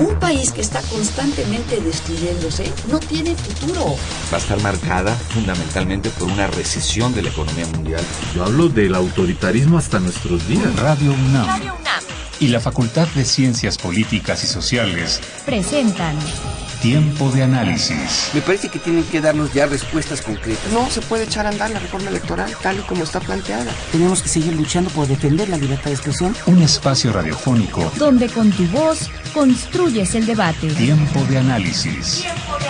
Un país que está constantemente destruyéndose no tiene futuro. Va a estar marcada fundamentalmente por una recesión de la economía mundial. Yo hablo del autoritarismo hasta nuestros días. Radio UNAM y la Facultad de Ciencias Políticas y Sociales presentan Tiempo de Análisis. Me parece que tienen que darnos ya respuestas concretas. No se puede echar a andar la reforma electoral tal y como está planteada. Tenemos que seguir luchando por defender la libertad de expresión. Un espacio radiofónico donde con tu voz construyes el debate. Tiempo de Análisis.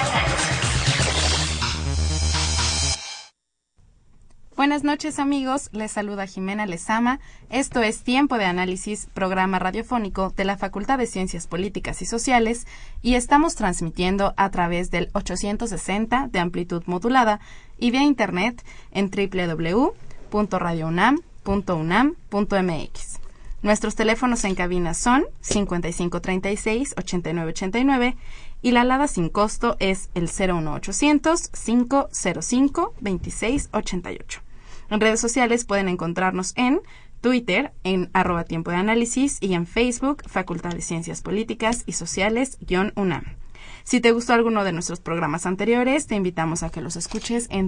Buenas noches, amigos, les saluda Jimena Lezama. Esto es Tiempo de Análisis, programa radiofónico de la Facultad de Ciencias Políticas y Sociales, y estamos transmitiendo a través del 860 de amplitud modulada y vía internet en www.radiounam.unam.mx. Nuestros teléfonos en cabina son 5536-8989 y la alada sin costo es el 01800-505-2688. En redes sociales pueden encontrarnos en Twitter, en @Tiempo de Análisis, y en Facebook, Facultad de Ciencias Políticas y Sociales _UNAM. Si te gustó alguno de nuestros programas anteriores, te invitamos a que los escuches en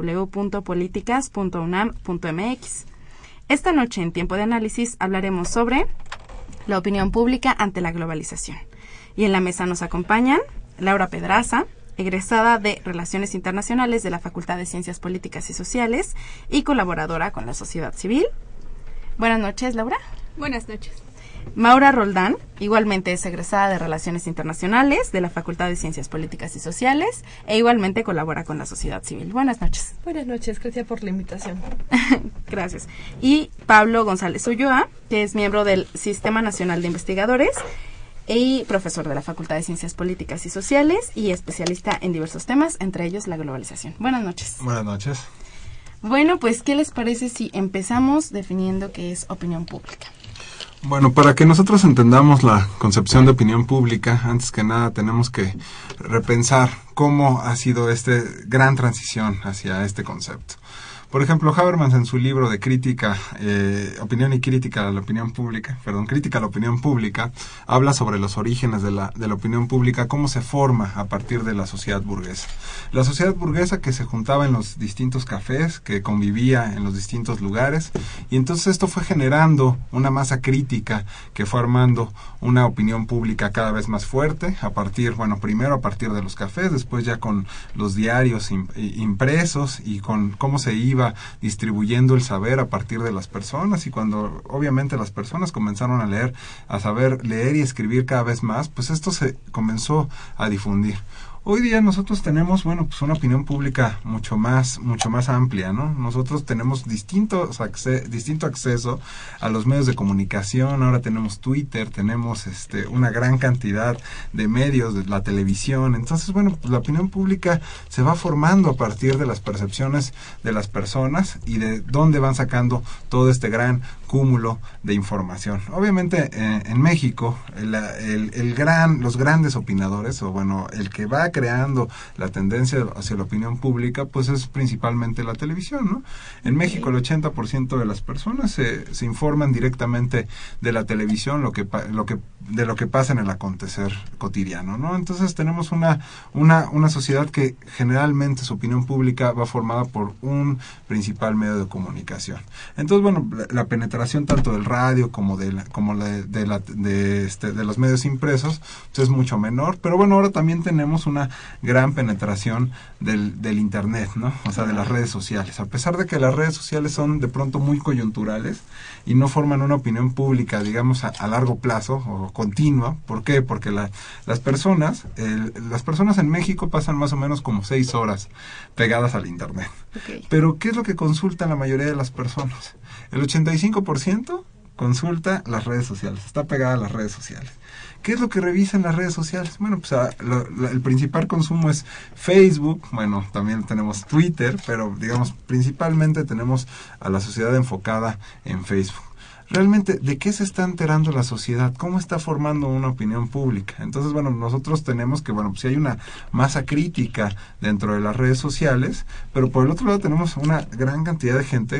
www.politicas.unam.mx. Esta noche en Tiempo de Análisis hablaremos sobre la opinión pública ante la globalización. Y en la mesa nos acompañan Laura Pedraza, egresada de Relaciones Internacionales de la Facultad de Ciencias Políticas y Sociales y colaboradora con la sociedad civil. Buenas noches, Laura. Buenas noches. Maura Roldán, igualmente es egresada de Relaciones Internacionales de la Facultad de Ciencias Políticas y Sociales e igualmente colabora con la sociedad civil. Buenas noches. Buenas noches, gracias por la invitación. Gracias. Y Pablo González Ulloa, que es miembro del Sistema Nacional de Investigadores y profesor de la Facultad de Ciencias Políticas y Sociales y especialista en diversos temas, entre ellos la globalización. Buenas noches. Buenas noches. Bueno, pues, ¿qué les parece si empezamos definiendo qué es opinión pública? Bueno, para que nosotros entendamos la concepción de opinión pública, antes que nada tenemos que repensar cómo ha sido esta gran transición hacia este concepto. Por ejemplo, Habermas en su libro de crítica, opinión y crítica a la opinión pública, crítica a la opinión pública, habla sobre los orígenes de la opinión pública, cómo se forma a partir de la sociedad burguesa. La sociedad burguesa que se juntaba en los distintos cafés, que convivía en los distintos lugares, y entonces esto fue generando una masa crítica que fue armando una opinión pública cada vez más fuerte, a partir, primero a partir de los cafés, después ya con los diarios impresos y con cómo se iba distribuyendo el saber a partir de las personas, y cuando obviamente las personas comenzaron a saber leer y escribir cada vez más, pues esto se comenzó a difundir. Hoy día nosotros tenemos, una opinión pública mucho más amplia, ¿no? Nosotros tenemos distinto acceso a los medios de comunicación. Ahora tenemos Twitter, tenemos una gran cantidad de medios, de la televisión. Entonces, la opinión pública se va formando a partir de las percepciones de las personas y de dónde van sacando todo este gran cúmulo de información. Obviamente, en México, los grandes opinadores, el que va creando la tendencia hacia la opinión pública, pues es principalmente la televisión, ¿no? En México el 80% de las personas se informan directamente de la televisión, de lo que pasa en el acontecer cotidiano, ¿no? Entonces tenemos una sociedad que generalmente su opinión pública va formada por un principal medio de comunicación. Entonces, la penetración tanto del radio como de los medios impresos, pues es mucho menor, pero ahora también tenemos una gran penetración del internet, ¿no? O sea, de las redes sociales. A pesar de que las redes sociales son de pronto muy coyunturales y no forman una opinión pública, digamos, a largo plazo o continua. ¿Por qué? Porque las personas en México pasan más o menos como 6 horas pegadas al internet. Okay. Pero ¿qué es lo que consultan la mayoría de las personas? El 85% consulta las redes sociales, está pegada a las redes sociales. ¿Qué es lo que revisan las redes sociales? El principal consumo es Facebook, también tenemos Twitter, pero digamos, principalmente tenemos a la sociedad enfocada en Facebook. Realmente, ¿de qué se está enterando la sociedad? ¿Cómo está formando una opinión pública? Entonces, nosotros tenemos que, si hay una masa crítica dentro de las redes sociales, pero por el otro lado tenemos una gran cantidad de gente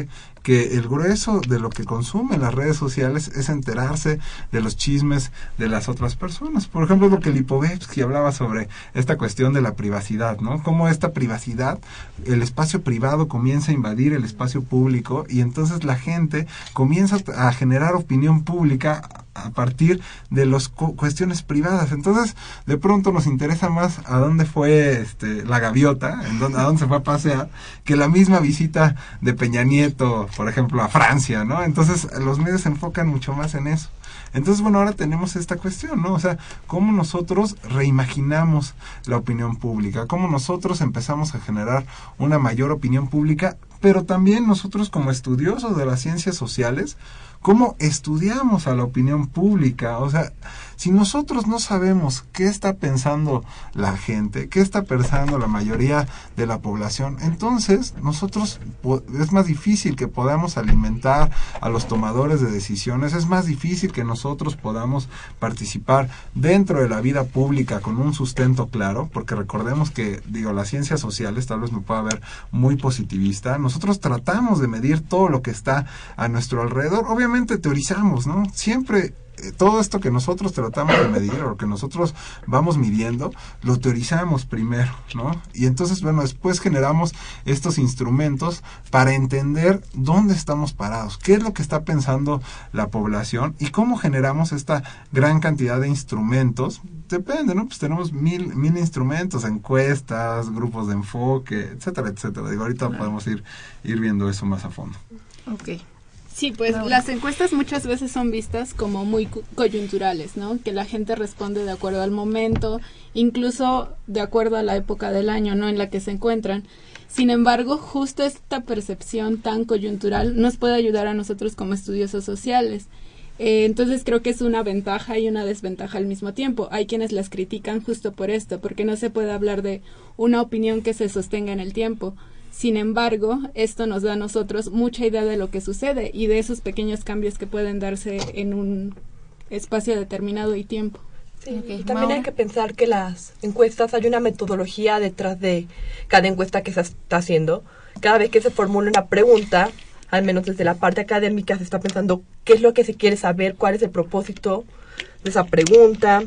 que el grueso de lo que consumen las redes sociales es enterarse de los chismes de las otras personas. Por ejemplo, lo que Lipovetsky hablaba sobre esta cuestión de la privacidad, ¿no? Cómo esta privacidad, el espacio privado comienza a invadir el espacio público y entonces la gente comienza a generar opinión pública a partir de las cuestiones privadas. Entonces, de pronto nos interesa más a dónde fue la gaviota, a dónde se fue a pasear, que la misma visita de Peña Nieto, por ejemplo, a Francia, ¿no? Entonces, los medios se enfocan mucho más en eso. Entonces, bueno, ahora tenemos esta cuestión, ¿no? O sea, cómo nosotros reimaginamos la opinión pública, cómo nosotros empezamos a generar una mayor opinión pública, pero también nosotros como estudiosos de las ciencias sociales, cómo estudiamos a la opinión pública. O sea, si nosotros no sabemos qué está pensando la gente, qué está pensando la mayoría de la población, entonces nosotros es más difícil que podamos alimentar a los tomadores de decisiones, es más difícil que nosotros podamos participar dentro de la vida pública con un sustento claro, porque recordemos que, las ciencias sociales, tal vez me pueda ver muy positivista, nosotros tratamos de medir todo lo que está a nuestro alrededor. Obviamente teorizamos, ¿no? Siempre todo esto que nosotros tratamos de medir o que nosotros vamos midiendo, lo teorizamos primero, ¿no? Y entonces, bueno, después generamos estos instrumentos para entender dónde estamos parados, qué es lo que está pensando la población y cómo generamos esta gran cantidad de instrumentos. Depende, ¿no? Pues tenemos mil instrumentos, encuestas, grupos de enfoque, etcétera, etcétera. Ahorita podemos ir viendo eso más a fondo. Ok. Sí, pues las encuestas muchas veces son vistas como muy coyunturales, ¿no? Que la gente responde de acuerdo al momento, incluso de acuerdo a la época del año, ¿no? En la que se encuentran. Sin embargo, justo esta percepción tan coyuntural nos puede ayudar a nosotros como estudiosos sociales. Entonces creo que es una ventaja y una desventaja al mismo tiempo. Hay quienes las critican justo por esto, porque no se puede hablar de una opinión que se sostenga en el tiempo. Sin embargo, esto nos da a nosotros mucha idea de lo que sucede y de esos pequeños cambios que pueden darse en un espacio determinado y tiempo. Sí, y también hay que pensar que las encuestas, hay una metodología detrás de cada encuesta que se está haciendo. Cada vez que se formula una pregunta, al menos desde la parte académica, se está pensando qué es lo que se quiere saber, cuál es el propósito de esa pregunta.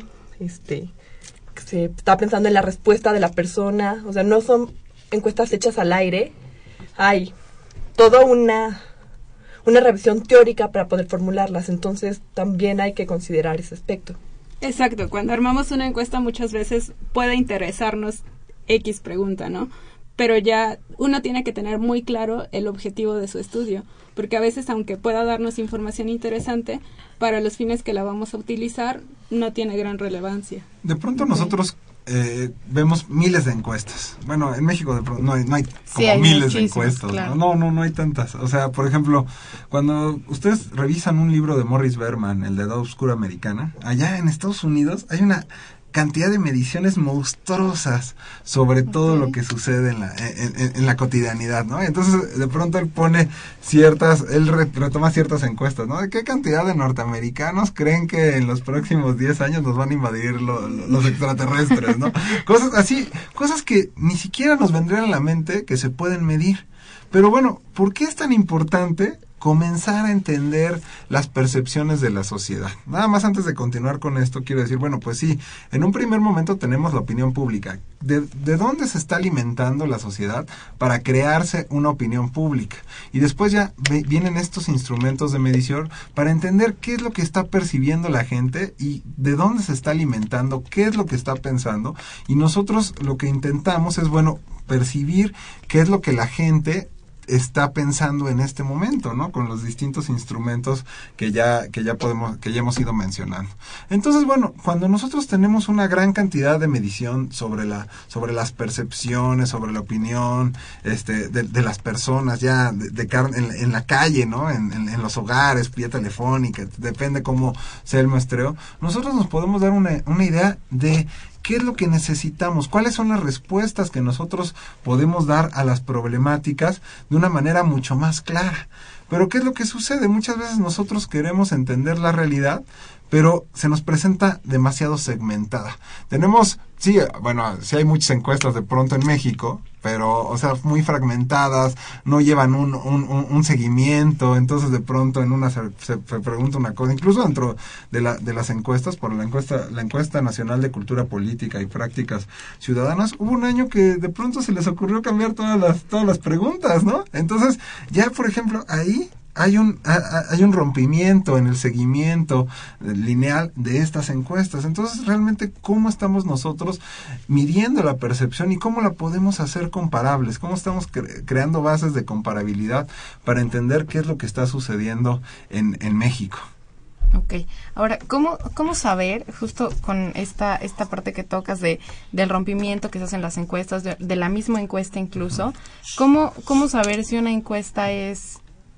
Se está pensando en la respuesta de la persona. O sea, no son encuestas hechas al aire. Hay toda una revisión teórica para poder formularlas. Entonces, también hay que considerar ese aspecto. Exacto. Cuando armamos una encuesta, muchas veces puede interesarnos X pregunta, ¿no? Pero ya uno tiene que tener muy claro el objetivo de su estudio, porque a veces, aunque pueda darnos información interesante, para los fines que la vamos a utilizar, no tiene gran relevancia. De pronto nosotros vemos miles de encuestas. Bueno, en México de pronto no hay como hay miles de encuestas. Claro. No hay tantas. O sea, por ejemplo, cuando ustedes revisan un libro de Morris Berman, el de Edad Oscura Americana, allá en Estados Unidos hay una cantidad de mediciones monstruosas sobre todo lo que sucede en la cotidianidad, ¿no? Entonces, de pronto él pone él retoma ciertas encuestas, ¿no? ¿De qué cantidad de norteamericanos creen que en los próximos 10 años nos van a invadir los extraterrestres, ¿no? Cosas así, cosas que ni siquiera nos vendrían a la mente que se pueden medir. Pero bueno, ¿por qué es tan importante comenzar a entender las percepciones de la sociedad? Nada más antes de continuar con esto, quiero decir, bueno, pues sí, en un primer momento tenemos la opinión pública. ¿De dónde se está alimentando la sociedad para crearse una opinión pública? Y después ya vienen estos instrumentos de medición para entender qué es lo que está percibiendo la gente y de dónde se está alimentando, qué es lo que está pensando. Y nosotros lo que intentamos es, bueno, percibir qué es lo que la gente está pensando en este momento, ¿no? Con los distintos instrumentos que ya hemos ido mencionando. Entonces, bueno, cuando nosotros tenemos una gran cantidad de medición sobre las percepciones, sobre la opinión, de las personas ya en la calle, ¿no? En los hogares, vía telefónica, depende cómo sea el muestreo, nosotros nos podemos dar una idea de ¿qué es lo que necesitamos? ¿Cuáles son las respuestas que nosotros podemos dar a las problemáticas de una manera mucho más clara? Pero ¿qué es lo que sucede? Muchas veces nosotros queremos entender la realidad, pero se nos presenta demasiado segmentada. Tenemos, sí, bueno, sí hay muchas encuestas de pronto en México, pero, o sea, muy fragmentadas, no llevan un seguimiento, entonces de pronto en una se pregunta una cosa, incluso dentro de las encuestas, por la encuesta nacional de cultura política y prácticas ciudadanas, hubo un año que de pronto se les ocurrió cambiar todas las preguntas, ¿no? Entonces, ya por ejemplo, ahí hay un rompimiento en el seguimiento lineal de estas encuestas. Entonces, realmente, ¿cómo estamos nosotros midiendo la percepción y cómo la podemos hacer comparables? ¿Cómo estamos creando bases de comparabilidad para entender qué es lo que está sucediendo en México? Ok. Ahora, ¿cómo saber, justo con esta parte que tocas del rompimiento que se hace en las encuestas, de la misma encuesta incluso, cómo saber si una encuesta es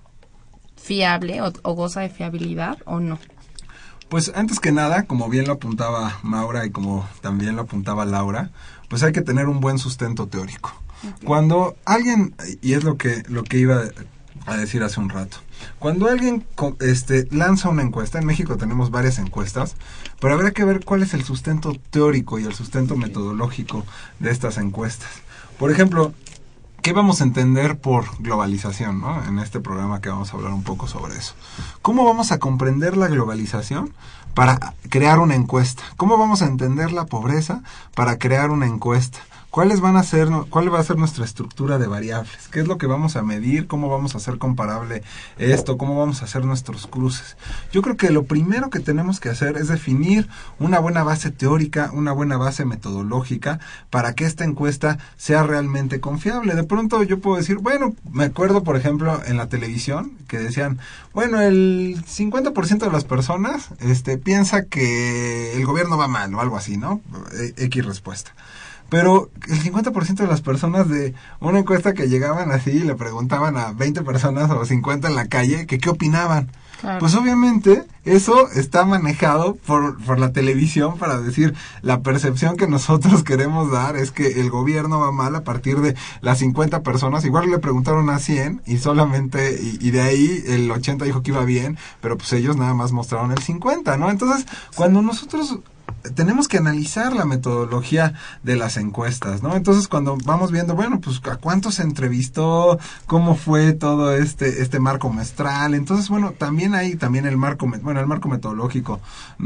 fiable o goza de fiabilidad o no? Pues antes que nada, como bien lo apuntaba Maura y como también lo apuntaba Laura, pues hay que tener un buen sustento teórico. Okay. Cuando alguien, y es lo que iba a decir hace un rato, cuando alguien lanza una encuesta, en México tenemos varias encuestas, pero habrá que ver cuál es el sustento teórico y el sustento metodológico de estas encuestas. Por ejemplo, ¿qué vamos a entender por globalización, ¿no? En este programa que vamos a hablar un poco sobre eso. ¿Cómo vamos a comprender la globalización para crear una encuesta? ¿Cómo vamos a entender la pobreza para crear una encuesta? ¿Cuál va a ser nuestra estructura de variables? ¿Qué es lo que vamos a medir? ¿Cómo vamos a hacer comparable esto? ¿Cómo vamos a hacer nuestros cruces? Yo creo que lo primero que tenemos que hacer es definir una buena base teórica, una buena base metodológica para que esta encuesta sea realmente confiable. De pronto yo puedo decir, bueno, me acuerdo por ejemplo en la televisión que decían, bueno, el 50% de las personas piensa que el gobierno va mal o algo así, ¿no? X respuesta. Pero el 50% de las personas de una encuesta que llegaban así y le preguntaban a 20 personas o 50 en la calle que qué opinaban. Claro. Pues obviamente eso está manejado por la televisión para decir la percepción que nosotros queremos dar es que el gobierno va mal a partir de las 50 personas. Igual le preguntaron a 100 y solamente, y de ahí el 80 dijo que iba bien, pero pues ellos nada más mostraron el 50, ¿no? Entonces, cuando nosotros tenemos que analizar la metodología de las encuestas, ¿no? Entonces, cuando vamos viendo, bueno, pues a cuántos se entrevistó, cómo fue todo este marco muestral. Entonces, bueno, también hay el marco metodológico,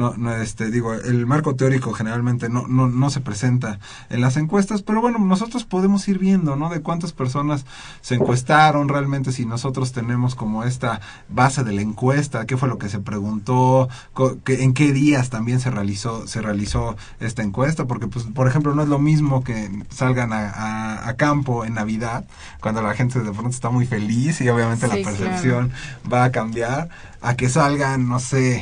el marco teórico generalmente no se presenta en las encuestas, pero bueno, nosotros podemos ir viendo, ¿no? De cuántas personas se encuestaron realmente, si nosotros tenemos como esta base de la encuesta, qué fue lo que se preguntó, en qué días también se realizó esta encuesta, porque pues por ejemplo no es lo mismo que salgan a campo en Navidad, cuando la gente de pronto está muy feliz y obviamente la percepción va a cambiar, a que salgan, no sé,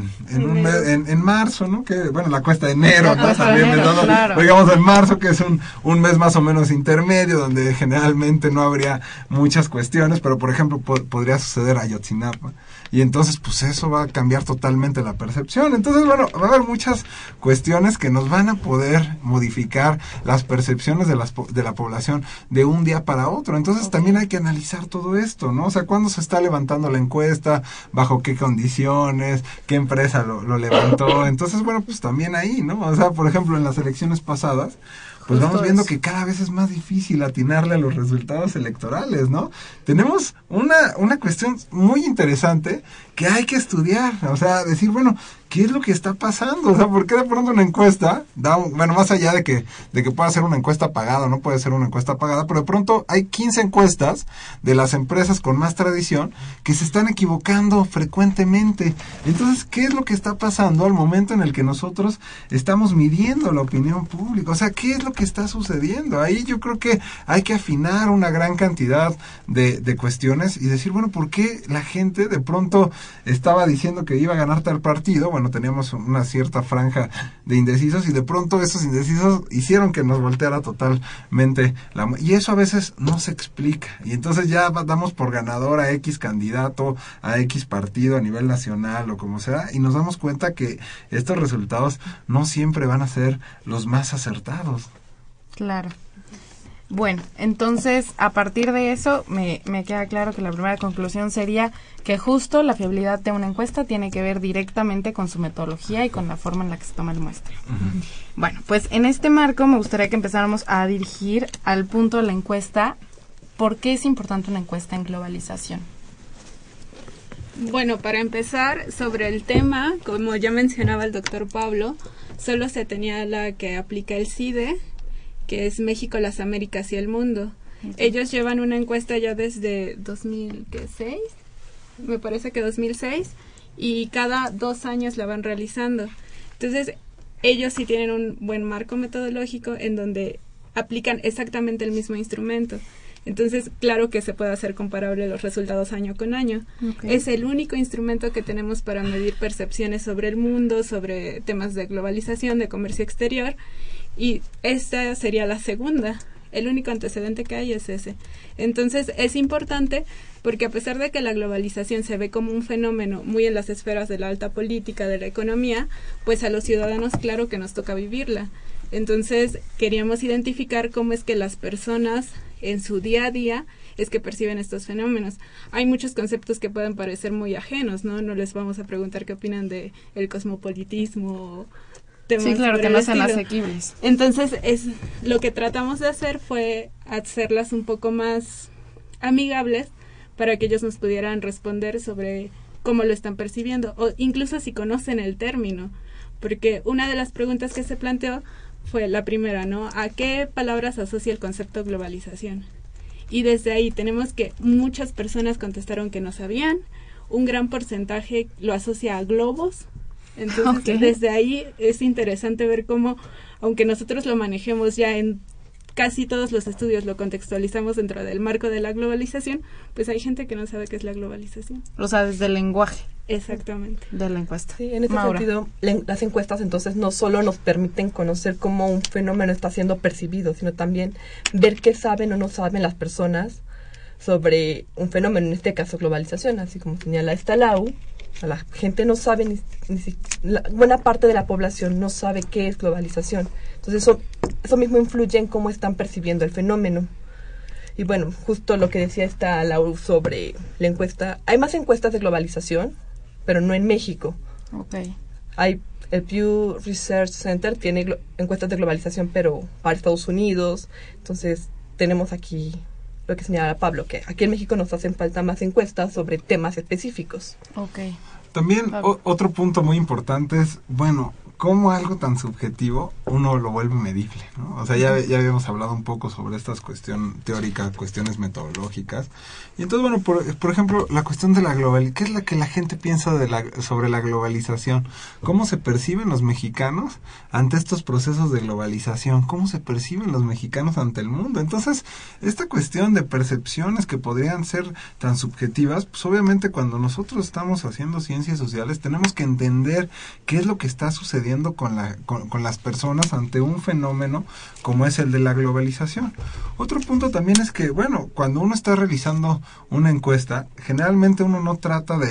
en marzo, ¿no? Que bueno, la cuesta de enero, ¿no? También claro. Digamos en marzo, que es un mes más o menos intermedio, donde generalmente no habría muchas cuestiones, pero por ejemplo podría suceder Ayotzinapa, y entonces pues eso va a cambiar totalmente la percepción. Entonces bueno, va a haber muchas cuestiones que nos van a poder modificar las percepciones de la población de un día para otro. Entonces también hay que analizar todo esto, ¿no? O sea, ¿cuándo se está levantando la encuesta? ¿Bajo qué condiciones? ¿Qué empresa lo levantó? Entonces, bueno, pues también ahí, ¿no? O sea, por ejemplo, en las elecciones pasadas, pues vamos viendo que cada vez es más difícil atinarle a los resultados electorales, ¿no? Tenemos una cuestión muy interesante que hay que estudiar, o sea, decir, bueno, ¿qué es lo que está pasando? O sea, ¿por qué de pronto una encuesta más allá de que pueda ser una encuesta pagada o no puede ser una encuesta pagada, pero de pronto hay 15 encuestas de las empresas con más tradición que se están equivocando frecuentemente? Entonces, ¿qué es lo que está pasando al momento en el que nosotros estamos midiendo la opinión pública? O sea, ¿qué es lo que está sucediendo? Ahí yo creo que hay que afinar una gran cantidad de cuestiones y decir, bueno, ¿por qué la gente de pronto estaba diciendo que iba a ganar tal partido? Bueno, teníamos una cierta franja de indecisos y de pronto esos indecisos hicieron que nos volteara totalmente y eso a veces no se explica, y entonces ya damos por ganador a X candidato, a X partido a nivel nacional o como sea, y nos damos cuenta que estos resultados no siempre van a ser los más acertados. Claro. Bueno, entonces, a partir de eso, me queda claro que la primera conclusión sería que justo la fiabilidad de una encuesta tiene que ver directamente con su metodología y con la forma en la que se toma el muestreo. Uh-huh. Bueno, pues en este marco me gustaría que empezáramos a dirigir al punto de la encuesta. ¿Por qué es importante una encuesta en globalización? Bueno, para empezar, sobre el tema, como ya mencionaba el doctor Pablo, solo se tenía la que aplica el CIDE, que es México, las Américas y el Mundo. Okay. Ellos llevan una encuesta ya desde 2006, me parece que 2006, y cada 2 años la van realizando. Entonces, ellos sí tienen un buen marco metodológico en donde aplican exactamente el mismo instrumento. Entonces, claro que se puede hacer comparable los resultados año con año. Okay. Es el único instrumento que tenemos para medir percepciones sobre el mundo, sobre temas de globalización, de comercio exterior, y esta sería la segunda. El único antecedente que hay es ese. Entonces, es importante porque a pesar de que la globalización se ve como un fenómeno muy en las esferas de la alta política, de la economía, pues a los ciudadanos claro que nos toca vivirla. Entonces, queríamos identificar cómo es que las personas en su día a día es que perciben estos fenómenos. Hay muchos conceptos que pueden parecer muy ajenos, ¿no? No les vamos a preguntar qué opinan de el cosmopolitismo. Sí, claro, que no sean asequibles. Entonces, lo que tratamos de hacer fue hacerlas un poco más amigables para que ellos nos pudieran responder sobre cómo lo están percibiendo, o incluso si conocen el término, porque una de las preguntas que se planteó fue la primera, ¿no? ¿A qué palabras asocia el concepto globalización? Y desde ahí tenemos que muchas personas contestaron que no sabían, un gran porcentaje lo asocia a globos. Entonces, desde ahí es interesante ver cómo, aunque nosotros lo manejemos ya en casi todos los estudios, lo contextualizamos dentro del marco de la globalización, pues hay gente que no sabe qué es la globalización. O sea, desde el lenguaje. Exactamente. De la encuesta. Sí, en ese sentido, las encuestas entonces no solo nos permiten conocer cómo un fenómeno está siendo percibido, sino también ver qué saben o no saben las personas sobre un fenómeno, en este caso globalización, así como señala esta Lau. La gente no sabe, buena parte de la población no sabe qué es globalización. Entonces eso mismo influye en cómo están percibiendo el fenómeno. Y bueno, justo lo que decía esta Lau sobre la encuesta. Hay más encuestas de globalización, pero no en México. Okay. Hay el Pew Research Center tiene encuestas de globalización, pero para Estados Unidos. Entonces tenemos aquí lo que señala Pablo, que aquí en México nos hacen falta más encuestas sobre temas específicos. Okay. También otro punto muy importante es, bueno, cómo algo tan subjetivo uno lo vuelve medible, ¿no? O sea, ya habíamos hablado un poco sobre estas cuestiones teóricas, cuestiones metodológicas. Y entonces, bueno, por ejemplo, la cuestión de la globalización, ¿qué es la que la gente piensa sobre la globalización? ¿Cómo se perciben los mexicanos ante estos procesos de globalización? ¿Cómo se perciben los mexicanos ante el mundo? Entonces, esta cuestión de percepciones que podrían ser tan subjetivas, pues obviamente cuando nosotros estamos haciendo ciencias sociales tenemos que entender qué es lo que está sucediendo con las personas ante un fenómeno como es el de la globalización. Otro punto también es que, bueno, cuando uno está realizando una encuesta, generalmente uno no trata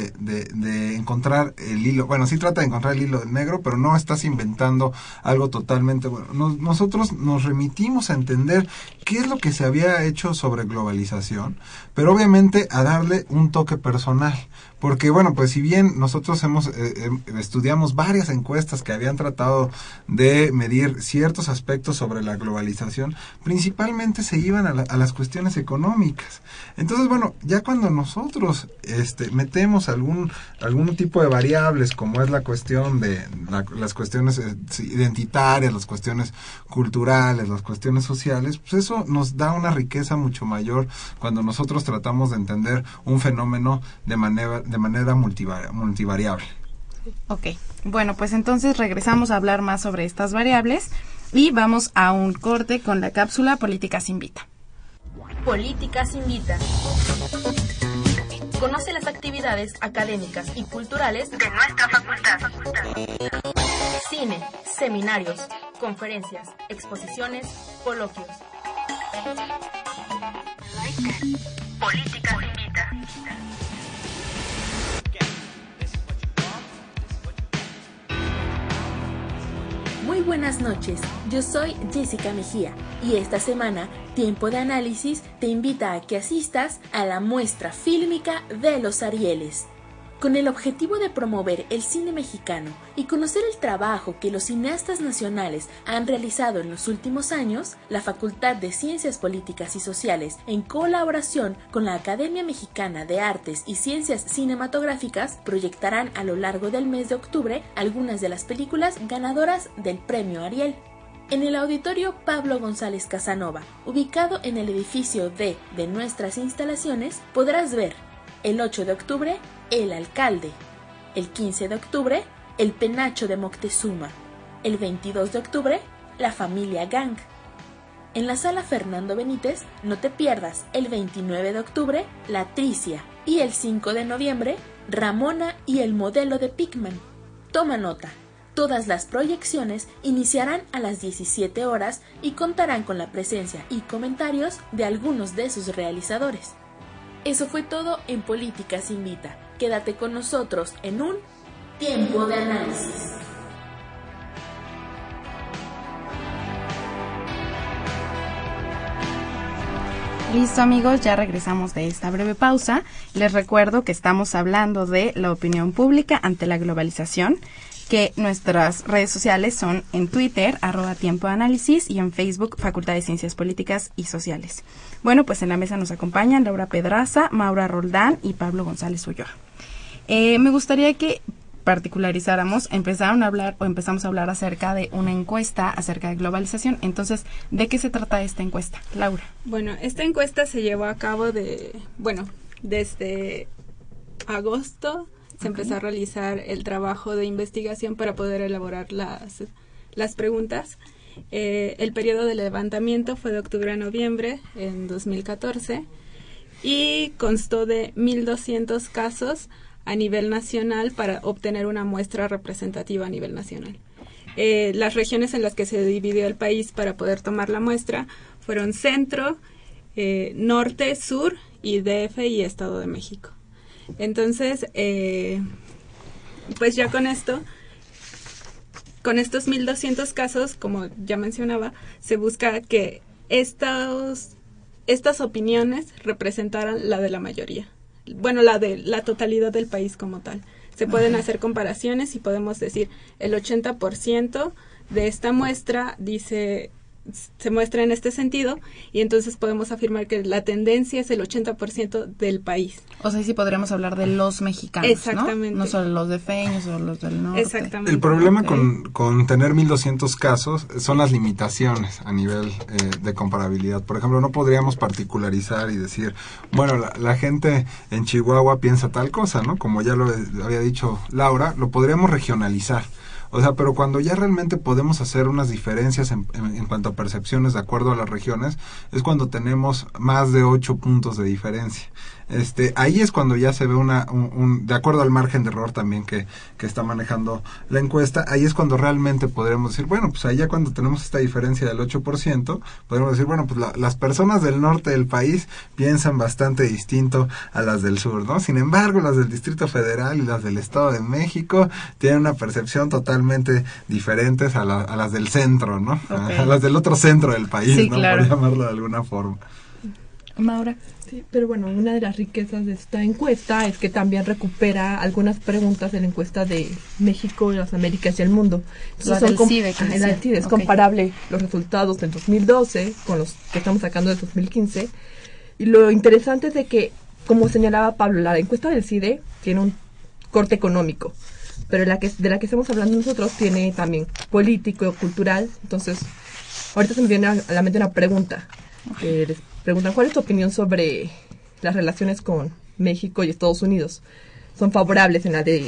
de encontrar el hilo, bueno, sí trata de encontrar el hilo negro, pero no estás inventando algo totalmente bueno. Nosotros nos remitimos a entender qué es lo que se había hecho sobre globalización, pero obviamente a darle un toque personal. Porque, bueno, pues si bien nosotros estudiamos varias encuestas que habían tratado de medir ciertos aspectos sobre la globalización, principalmente se iban a las cuestiones económicas. Entonces, bueno, ya cuando nosotros metemos algún tipo de variables, como es la cuestión de las cuestiones identitarias, las cuestiones culturales, las cuestiones sociales, pues eso nos da una riqueza mucho mayor cuando nosotros tratamos de entender un fenómeno de manera multivariable. Ok, bueno, pues entonces regresamos a hablar más sobre estas variables y vamos a un corte con la cápsula Políticas Invita. Políticas Invita. Conoce las actividades académicas y culturales de nuestra facultad. Cine, seminarios, conferencias, exposiciones, coloquios. Políticas Invita. Muy buenas noches, yo soy Jessica Mejía y esta semana Tiempo de Análisis te invita a que asistas a la muestra fílmica de los Arieles. Con el objetivo de promover el cine mexicano y conocer el trabajo que los cineastas nacionales han realizado en los últimos años, la Facultad de Ciencias Políticas y Sociales, en colaboración con la Academia Mexicana de Artes y Ciencias Cinematográficas, proyectarán a lo largo del mes de octubre algunas de las películas ganadoras del Premio Ariel. En el Auditorio Pablo González Casanova, ubicado en el edificio D de nuestras instalaciones, podrás ver el 8 de octubre, El Alcalde, el 15 de octubre, El Penacho de Moctezuma, el 22 de octubre, La Familia Gang. En la Sala Fernando Benítez, no te pierdas el 29 de octubre, La Tricia, y el 5 de noviembre, Ramona y el Modelo de Pickman. Toma nota, todas las proyecciones iniciarán a las 17 horas y contarán con la presencia y comentarios de algunos de sus realizadores. Eso fue todo en Políticas Invita. Quédate con nosotros en un Tiempo de Análisis. Listo, amigos, ya regresamos de esta breve pausa. Les recuerdo que estamos hablando de la opinión pública ante la globalización, que nuestras redes sociales son en Twitter, @tiempoanálisis, y en Facebook, Facultad de Ciencias Políticas y Sociales. Bueno, pues en la mesa nos acompañan Laura Pedraza, Maura Roldán y Pablo González Ulloa. Me gustaría que particularizáramos, empezamos a hablar acerca de una encuesta acerca de globalización. Entonces, ¿de qué se trata esta encuesta? Laura. Bueno, esta encuesta se llevó a cabo desde agosto. Se empezó a realizar el trabajo de investigación para poder elaborar las preguntas. El periodo de levantamiento fue de octubre a noviembre en 2014 y constó de 1.200 casos a nivel nacional para obtener una muestra representativa a nivel nacional. Las regiones en las que se dividió el país para poder tomar la muestra fueron Centro, Norte, Sur y DF y Estado de México. Entonces, pues ya con estos 1.200 casos, como ya mencionaba, se busca que estas opiniones representaran la de la mayoría. Bueno, la de la totalidad del país como tal. Se pueden hacer comparaciones y podemos decir el 80% de esta muestra se muestra en este sentido, y entonces podemos afirmar que la tendencia es el 80% del país. O sea, sí podríamos hablar de los mexicanos, exactamente. ¿no? No solo los de Feños o los del norte. Exactamente. El problema con tener 1.200 casos son las limitaciones a nivel de comparabilidad. Por ejemplo, no podríamos particularizar y decir, bueno, la gente en Chihuahua piensa tal cosa, ¿no? Como ya lo había dicho Laura, lo podríamos regionalizar. O sea, pero cuando ya realmente podemos hacer unas diferencias en cuanto a percepciones de acuerdo a las regiones, es cuando tenemos más de 8 puntos de diferencia. Ahí es cuando ya se ve de acuerdo al margen de error también que está manejando la encuesta, ahí es cuando realmente podremos decir, bueno, pues allá cuando tenemos esta diferencia del 8%, podemos decir, bueno, pues las personas del norte del país piensan bastante distinto a las del sur, ¿no? Sin embargo, las del Distrito Federal y las del Estado de México tienen una percepción totalmente diferentes a las del centro, ¿no? Okay. A las del otro centro del país, sí, ¿no? Claro. Por llamarlo de alguna forma. Maura. Sí, pero bueno, una de las riquezas de esta encuesta es que también recupera algunas preguntas de la encuesta de México, las Américas y el mundo. Entonces, el CIDE es comparable los resultados del 2012 con los que estamos sacando del 2015. Y lo interesante es de que, como señalaba Pablo, la encuesta del CIDE tiene un corte económico, pero de la que estamos hablando nosotros tiene también político, cultural. Entonces, ahorita se me viene a la mente una pregunta. Les preguntan, ¿cuál es tu opinión sobre las relaciones con México y Estados Unidos? Son favorables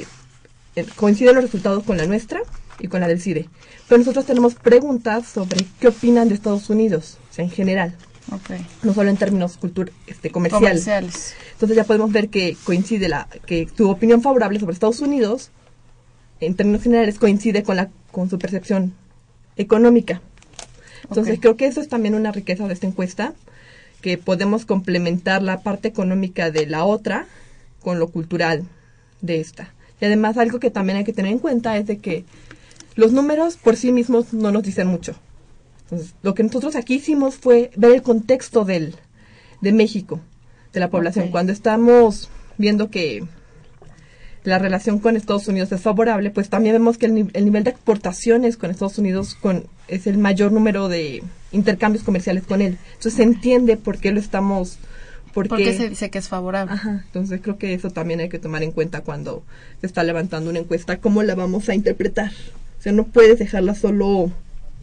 coinciden los resultados con la nuestra y con la del CIDE. Pero nosotros tenemos preguntas sobre qué opinan de Estados Unidos, o sea, en general. Okay. No solo en términos comerciales. Entonces ya podemos ver que coincide que tu opinión favorable sobre Estados Unidos, en términos generales, coincide con su percepción económica. Entonces creo que eso es también una riqueza de esta encuesta, que podemos complementar la parte económica de la otra con lo cultural de esta. Y además algo que también hay que tener en cuenta es de que los números por sí mismos no nos dicen mucho. Entonces, lo que nosotros aquí hicimos fue ver el contexto de México, de la población. Okay. Cuando estamos viendo que la relación con Estados Unidos es favorable, pues también vemos que el nivel de exportaciones con Estados Unidos es el mayor número de intercambios comerciales con él. Entonces se entiende por qué lo estamos... ¿Por qué se dice que es favorable? Ajá, entonces creo que eso también hay que tomar en cuenta cuando se está levantando una encuesta, cómo la vamos a interpretar. O sea, no puedes dejarla solo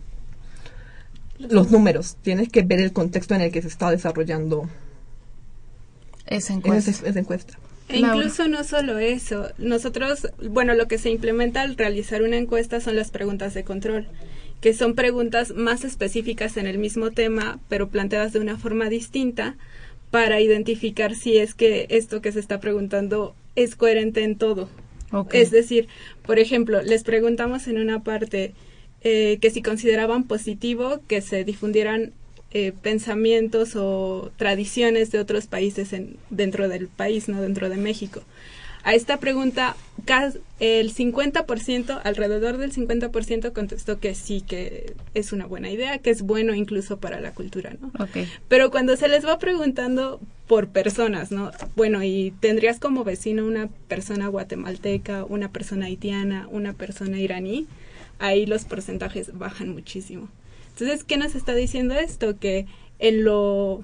los números, tienes que ver el contexto en el que se está desarrollando esa encuesta. E incluso no solo eso, nosotros, bueno, lo que se implementa al realizar una encuesta son las preguntas de control, que son preguntas más específicas en el mismo tema, pero planteadas de una forma distinta, para identificar si es que esto que se está preguntando es coherente en todo. Okay. Es decir, por ejemplo, les preguntamos en una parte que si consideraban positivo que se difundieran pensamientos o tradiciones de otros países dentro del país, no dentro de México. A esta pregunta, el 50%, alrededor del 50% contestó que sí, que es una buena idea, que es bueno incluso para la cultura, ¿no? Okay. Pero cuando se les va preguntando por personas, ¿no? Bueno, y tendrías como vecino una persona guatemalteca, una persona haitiana, una persona iraní, ahí los porcentajes bajan muchísimo. Entonces, ¿qué nos está diciendo esto? Que en lo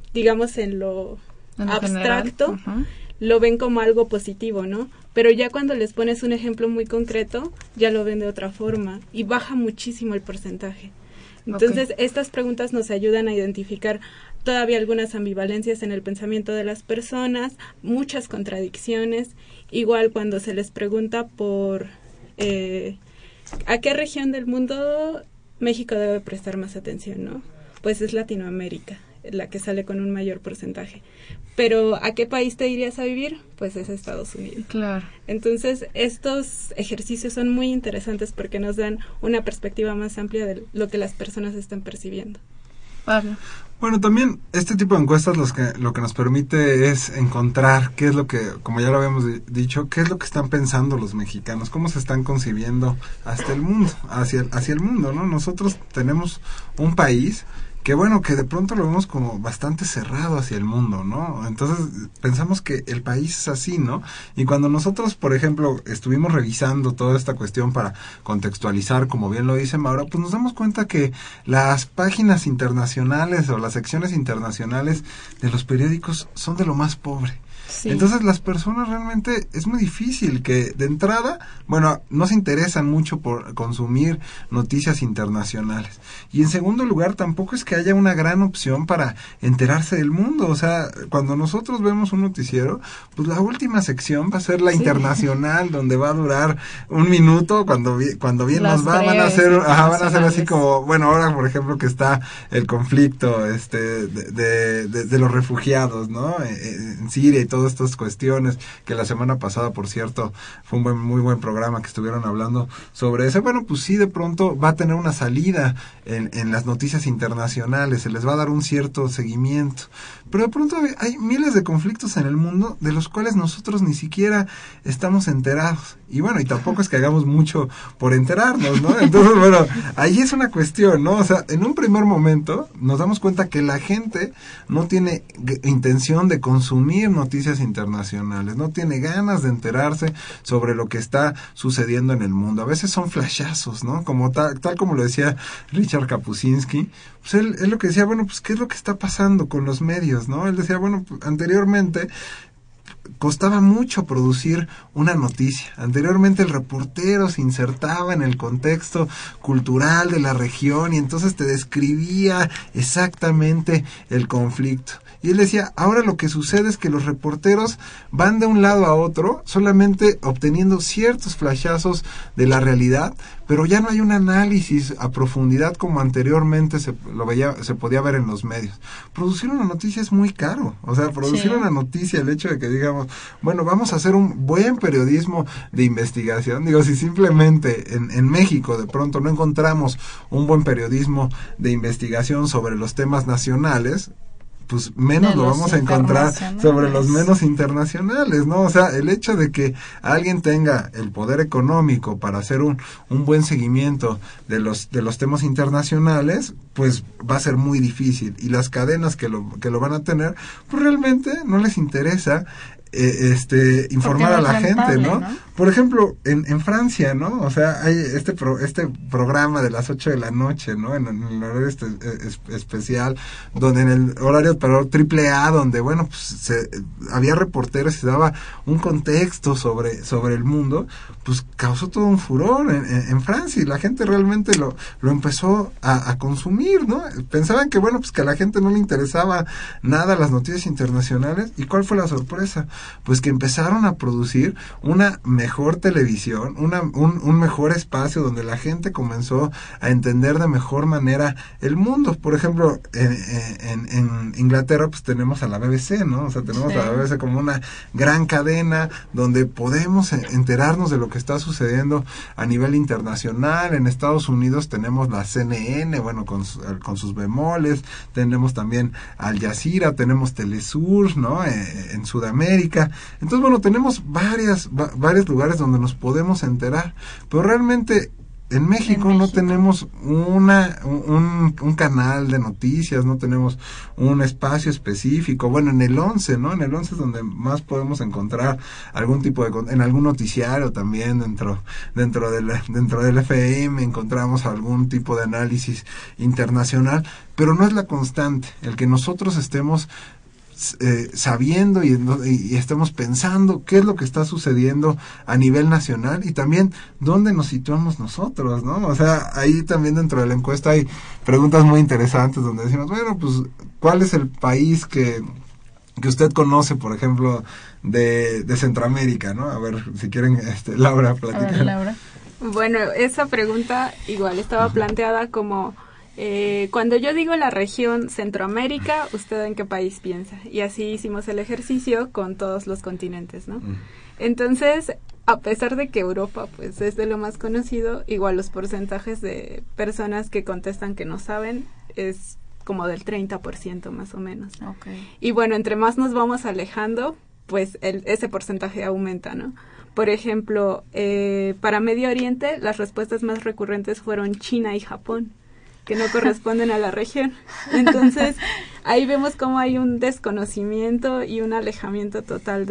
abstracto, lo ven como algo positivo, ¿no? Pero ya cuando les pones un ejemplo muy concreto, ya lo ven de otra forma y baja muchísimo el porcentaje. Entonces, estas preguntas nos ayudan a identificar todavía algunas ambivalencias en el pensamiento de las personas, muchas contradicciones. Igual cuando se les pregunta por ¿a qué región del mundo México debe prestar más atención, no? Pues es Latinoamérica, la que sale con un mayor porcentaje. Pero ¿a qué país te irías a vivir? Pues es Estados Unidos. Claro. Entonces, estos ejercicios son muy interesantes porque nos dan una perspectiva más amplia de lo que las personas están percibiendo. Pablo. Bueno, también este tipo de encuestas lo que nos permite es encontrar qué es lo que, como ya lo habíamos dicho, qué es lo que están pensando los mexicanos, cómo se están concibiendo hasta el mundo, hacia el mundo, ¿no? Nosotros tenemos un país que bueno, que de pronto lo vemos como bastante cerrado hacia el mundo, ¿no? Entonces pensamos que el país es así, ¿no? Y cuando nosotros, por ejemplo, estuvimos revisando toda esta cuestión para contextualizar, como bien lo dice Maura, pues nos damos cuenta que las páginas internacionales o las secciones internacionales de los periódicos son de lo más pobre. Sí. Entonces las personas realmente es muy difícil que de entrada, bueno, no se interesan mucho por consumir noticias internacionales. Y en segundo lugar, tampoco es que haya una gran opción para enterarse del mundo. O sea, cuando nosotros vemos un noticiero, pues la última sección va a ser la internacional, donde va a durar un minuto, cuando bien las nos va, van a hacer así como, bueno, ahora por ejemplo que está el conflicto de los refugiados, ¿no? En Siria y todas estas cuestiones, que la semana pasada, por cierto, fue un muy buen programa que estuvieron hablando sobre eso. Bueno, pues sí, de pronto va a tener una salida en las noticias internacionales, se les va a dar un cierto seguimiento, pero de pronto hay miles de conflictos en el mundo de los cuales nosotros ni siquiera estamos enterados, y bueno, y tampoco es que hagamos mucho por enterarnos, ¿no? Entonces, bueno, ahí es una cuestión, ¿no? O sea, en un primer momento nos damos cuenta que la gente no tiene intención de consumir noticias internacionales, no tiene ganas de enterarse sobre lo que está sucediendo en el mundo. A veces son flashazos, ¿no? Como tal como lo decía Richard Kapuscinski, pues él lo que decía, bueno, pues ¿qué es lo que está pasando con los medios, no? Él decía, bueno, pues, anteriormente costaba mucho producir una noticia. Anteriormente el reportero se insertaba en el contexto cultural de la región y entonces te describía exactamente el conflicto. Y él decía, ahora lo que sucede es que los reporteros van de un lado a otro, solamente obteniendo ciertos flashazos de la realidad, pero ya no hay un análisis a profundidad como anteriormente se podía ver en los medios. Producir una noticia es muy caro. O sea, producir una noticia, el hecho de que digamos, bueno, vamos a hacer un buen periodismo de investigación. Digo, si simplemente en México de pronto no encontramos un buen periodismo de investigación sobre los temas nacionales, pues menos lo vamos a encontrar sobre los menos internacionales, ¿no? O sea, el hecho de que alguien tenga el poder económico para hacer un buen seguimiento de los temas internacionales, pues va a ser muy difícil, y las cadenas que lo van a tener, pues realmente no les interesa informar a la gente, ¿no? Por ejemplo, en Francia, ¿no? O sea, hay este programa de las 8 de la noche, ¿no? En el horario especial, donde en el horario para AAA, donde, bueno, pues había reporteros y se daba un contexto sobre el mundo, pues causó todo un furor en Francia, y la gente realmente lo empezó a consumir, ¿no? Pensaban que, bueno, pues que a la gente no le interesaba nada las noticias internacionales, ¿y cuál fue la sorpresa? Pues que empezaron a producir una mejor televisión, un mejor espacio donde la gente comenzó a entender de mejor manera el mundo. Por ejemplo, en Inglaterra pues tenemos a la BBC, ¿no? O sea, tenemos a la BBC como una gran cadena donde podemos enterarnos de lo que está sucediendo a nivel internacional. En Estados Unidos tenemos la CNN, bueno, con sus bemoles, tenemos también Al Jazeera, tenemos Telesur, ¿no? En Sudamérica. Entonces, bueno, tenemos varios lugares donde nos podemos enterar, pero realmente en México no tenemos un canal de noticias, no tenemos un espacio específico. Bueno, en el 11, ¿no? En el 11 es donde más podemos encontrar algún tipo en algún noticiario también, dentro del FM encontramos algún tipo de análisis internacional, pero no es la constante el que nosotros estemos sabiendo y estamos pensando qué es lo que está sucediendo a nivel nacional, y también dónde nos situamos nosotros, ¿no? O sea, ahí también dentro de la encuesta hay preguntas muy interesantes donde decimos, bueno, pues, ¿cuál es el país que usted conoce, por ejemplo, de Centroamérica, ¿no? A ver, si quieren, Laura, platicar. Laura. Bueno, esa pregunta igual estaba planteada como cuando yo digo la región Centroamérica, ¿usted en qué país piensa? Y así hicimos el ejercicio con todos los continentes, ¿no? Entonces, a pesar de que Europa pues es de lo más conocido, igual los porcentajes de personas que contestan que no saben es como del 30% más o menos. Okay. Y bueno, entre más nos vamos alejando, pues ese porcentaje aumenta, ¿no? Por ejemplo, para Medio Oriente, las respuestas más recurrentes fueron China y Japón, que no corresponden a la región. Entonces, ahí vemos cómo hay un desconocimiento y un alejamiento total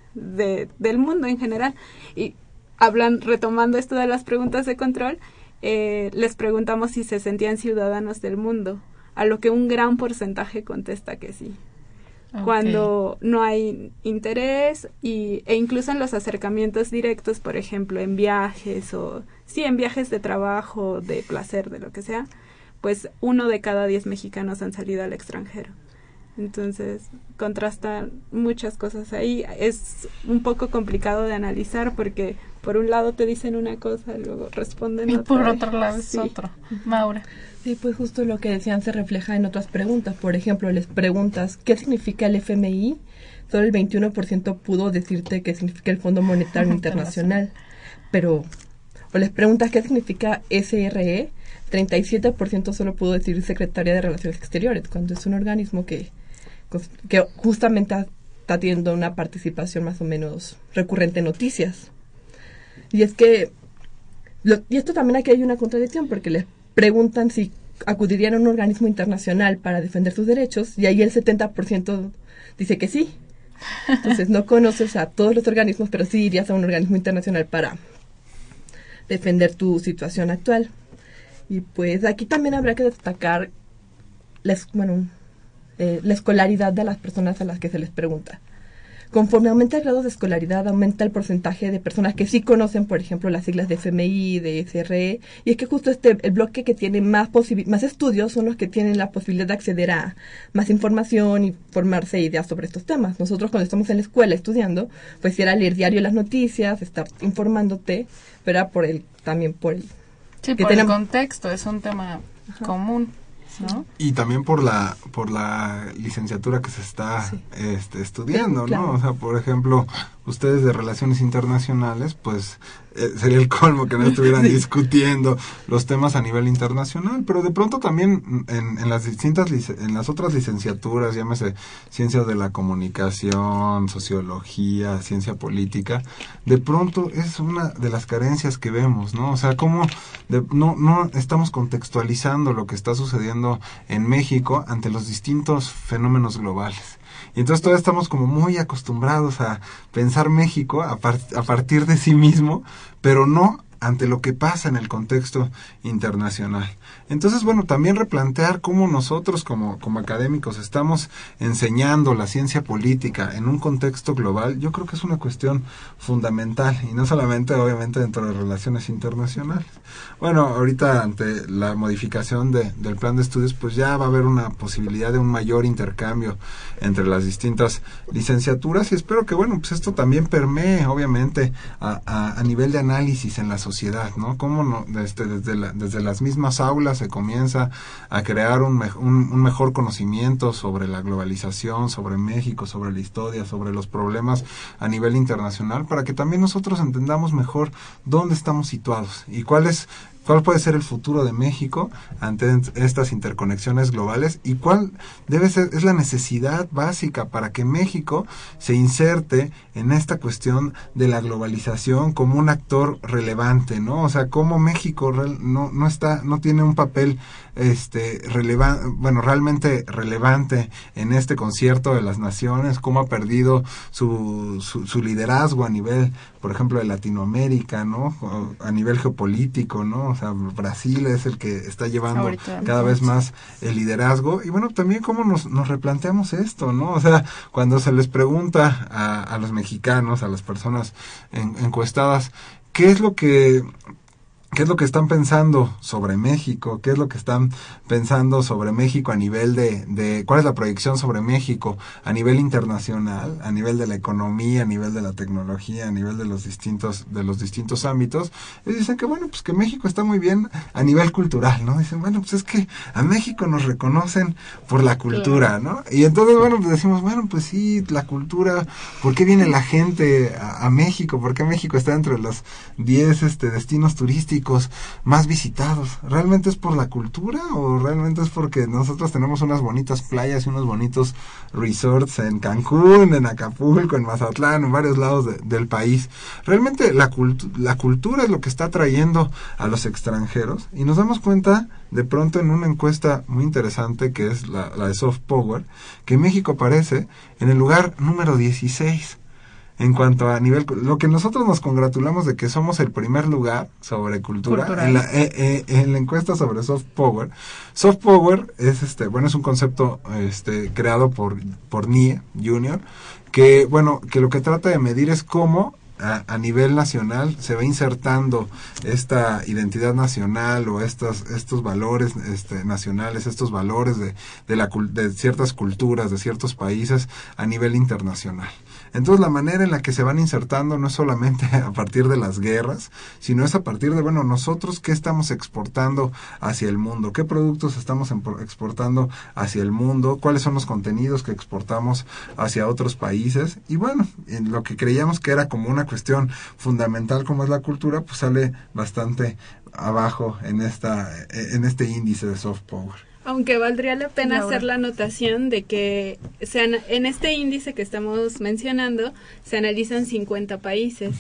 del mundo en general. Y retomando esto de las preguntas de control, les preguntamos si se sentían ciudadanos del mundo, a lo que un gran porcentaje contesta que sí. Okay. Cuando no hay interés e incluso en los acercamientos directos, por ejemplo, en viajes en viajes de trabajo, de placer, de lo que sea, pues 1 de cada 10 mexicanos han salido al extranjero. Entonces, contrastan muchas cosas ahí. Es un poco complicado de analizar porque por un lado te dicen una cosa, luego responden otra. Y por otro lado es otro. Maura. Sí, pues justo lo que decían se refleja en otras preguntas. Por ejemplo, les preguntas, ¿qué significa el FMI? Solo el 21% pudo decirte qué significa el Fondo Monetario Internacional. O les preguntas, ¿qué significa SRE? 37% solo pudo decir Secretaría de Relaciones Exteriores, cuando es un organismo que justamente está teniendo una participación más o menos recurrente en noticias. Y es que, y esto también aquí hay una contradicción, porque les preguntan si acudirían a un organismo internacional para defender sus derechos, y ahí el 70% dice que sí. Entonces no conoces a todos los organismos, pero sí irías a un organismo internacional para defender tu situación actual. Y pues aquí también habrá que destacar la escolaridad de las personas a las que se les pregunta. Conforme aumenta el grado de escolaridad, aumenta el porcentaje de personas que sí conocen, por ejemplo, las siglas de FMI, de SRE, y es que justo el bloque que tiene más estudios son los que tienen la posibilidad de acceder a más información y formarse ideas sobre estos temas. Nosotros cuando estamos en la escuela estudiando, pues era leer diario las noticias, estar informándote, pero era también por el... Sí, por el contexto, es un tema común, ¿no? Y también por la licenciatura que se está estudiando, claro. ¿No? O sea, por ejemplo, ustedes de Relaciones Internacionales, pues sería el colmo que no estuvieran discutiendo los temas a nivel internacional, pero de pronto también en las otras licenciaturas, llámese Ciencias de la Comunicación, Sociología, Ciencia Política, de pronto es una de las carencias que vemos, ¿no? O sea, cómo no estamos contextualizando lo que está sucediendo en México ante los distintos fenómenos globales. Y entonces todavía estamos como muy acostumbrados a pensar México a partir de sí mismo, pero no ante lo que pasa en el contexto internacional. Entonces, bueno, también replantear cómo nosotros como académicos estamos enseñando la ciencia política en un contexto global, yo creo que es una cuestión fundamental, y no solamente, obviamente, dentro de relaciones internacionales. Bueno, ahorita ante la modificación del plan de estudios, pues ya va a haber una posibilidad de un mayor intercambio entre las distintas licenciaturas, y espero que, bueno, pues esto también permee, obviamente, a nivel de análisis en la sociedad, ¿no? Cómo desde las mismas aulas se comienza a crear un mejor conocimiento sobre la globalización, sobre México, sobre la historia, sobre los problemas a nivel internacional, para que también nosotros entendamos mejor dónde estamos situados y cuál puede ser el futuro de México ante estas interconexiones globales, y cuál es la necesidad básica para que México se inserte en esta cuestión de la globalización como un actor relevante, ¿no? O sea, cómo México no tiene un papel realmente relevante en este concierto de las naciones, cómo ha perdido su liderazgo a nivel, por ejemplo, de Latinoamérica, ¿no? A nivel geopolítico, ¿no? O sea, Brasil es el que está llevando ahorita cada vez más el liderazgo, y bueno, también cómo nos replanteamos esto, ¿no? O sea, cuando se les pregunta a los mexicanos, a las personas encuestadas, ¿qué es lo que están pensando sobre México? ¿Qué es lo que están pensando sobre México a nivel de cuál es la proyección sobre México a nivel internacional, a nivel de la economía, a nivel de la tecnología, a nivel de los distintos ámbitos? Ellos dicen que, bueno, pues que México está muy bien a nivel cultural, ¿no? Dicen, bueno, pues es que a México nos reconocen por la cultura, ¿no? Y entonces, bueno, pues decimos, bueno, pues sí, la cultura, ¿por qué viene la gente a México? ¿Por qué México está entre los 10 destinos turísticos más visitados? ¿Realmente es por la cultura o realmente es porque nosotros tenemos unas bonitas playas y unos bonitos resorts en Cancún, en Acapulco, en Mazatlán, en varios lados del país? Realmente la cultura es lo que está atrayendo a los extranjeros, y nos damos cuenta de pronto en una encuesta muy interesante que es la de Soft Power, que México aparece en el lugar número 16 en cuanto a nivel, lo que nosotros nos congratulamos de que somos el primer lugar sobre cultura en la encuesta sobre Soft Power. Soft Power es es un concepto creado por NIE Junior, que lo que trata de medir es cómo a nivel nacional se va insertando esta identidad nacional o estos valores nacionales, estos valores de ciertas culturas, de ciertos países a nivel internacional. Entonces, la manera en la que se van insertando no es solamente a partir de las guerras, sino es a partir de, bueno, nosotros qué estamos exportando hacia el mundo, qué productos estamos exportando hacia el mundo, cuáles son los contenidos que exportamos hacia otros países. Y bueno, en lo que creíamos que era como una cuestión fundamental como es la cultura, pues sale bastante abajo en este índice de Soft Power. Aunque valdría la pena hacer la anotación de que en este índice que estamos mencionando se analizan 50 países.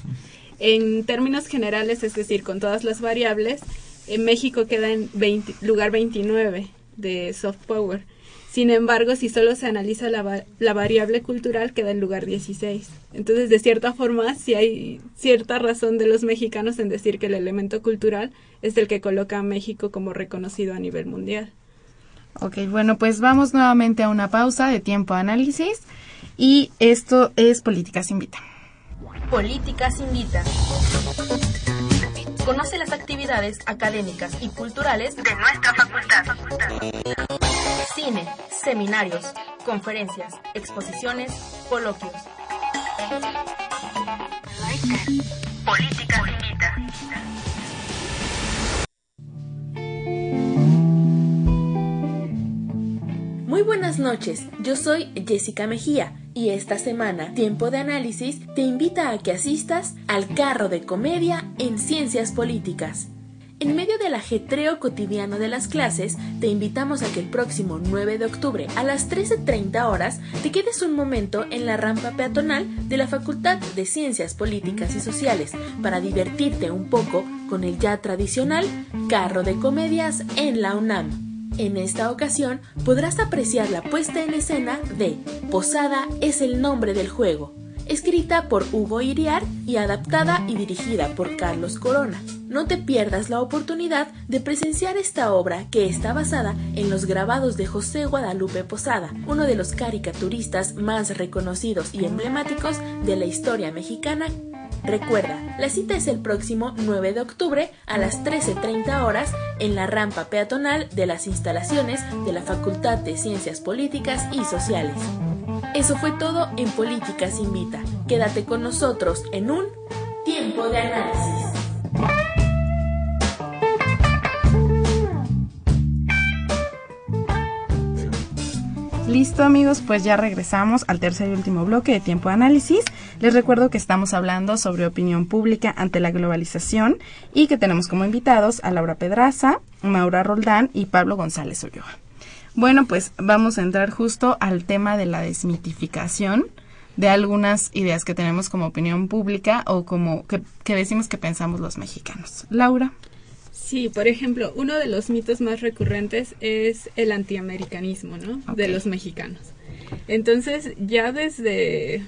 En términos generales, es decir, con todas las variables, México queda en lugar 29 de Soft Power. Sin embargo, si solo se analiza la variable cultural, queda en lugar 16. Entonces, de cierta forma, sí hay cierta razón de los mexicanos en decir que el elemento cultural es el que coloca a México como reconocido a nivel mundial. Ok, bueno, pues vamos nuevamente a una pausa de tiempo de análisis, y esto es Políticas Invita. Políticas Invita. Conoce las actividades académicas y culturales de nuestra facultad. Cine, seminarios, conferencias, exposiciones, coloquios. Políticas Invita. Muy buenas noches, yo soy Jessica Mejía Y esta semana, Tiempo de Análisis te invita a que asistas al Carro de Comedia en Ciencias Políticas. En medio del ajetreo cotidiano de las clases, te invitamos a que el próximo 9 de octubre a las 13:30 horas te quedes un momento en la rampa peatonal de la Facultad de Ciencias Políticas y Sociales para divertirte un poco con el ya tradicional Carro de Comedias en la UNAM. En esta ocasión podrás apreciar la puesta en escena de Posada es el nombre del juego, escrita por Hugo Iriar y adaptada y dirigida por Carlos Corona. No te pierdas la oportunidad de presenciar esta obra que está basada en los grabados de José Guadalupe Posada, uno de los caricaturistas más reconocidos y emblemáticos de la historia mexicana. Recuerda, la cita es el próximo 9 de octubre a las 13:30 horas en la rampa peatonal de las instalaciones de la Facultad de Ciencias Políticas y Sociales. Eso fue todo en Políticas Invita. Quédate con nosotros en un Tiempo de Análisis. Listo, amigos, pues ya regresamos al tercer y último bloque de Tiempo de Análisis. Les recuerdo que estamos hablando sobre opinión pública ante la globalización y que tenemos como invitados a Laura Pedraza, Maura Roldán y Pablo González Ulloa. Bueno, pues vamos a entrar justo al tema de la desmitificación de algunas ideas que tenemos como opinión pública o como que decimos que pensamos los mexicanos. Laura. Sí, por ejemplo, uno de los mitos más recurrentes es el antiamericanismo, ¿no? Okay. De los mexicanos. Entonces, ya desde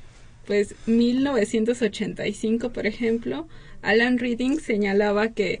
1985, por ejemplo, Alan Reading señalaba que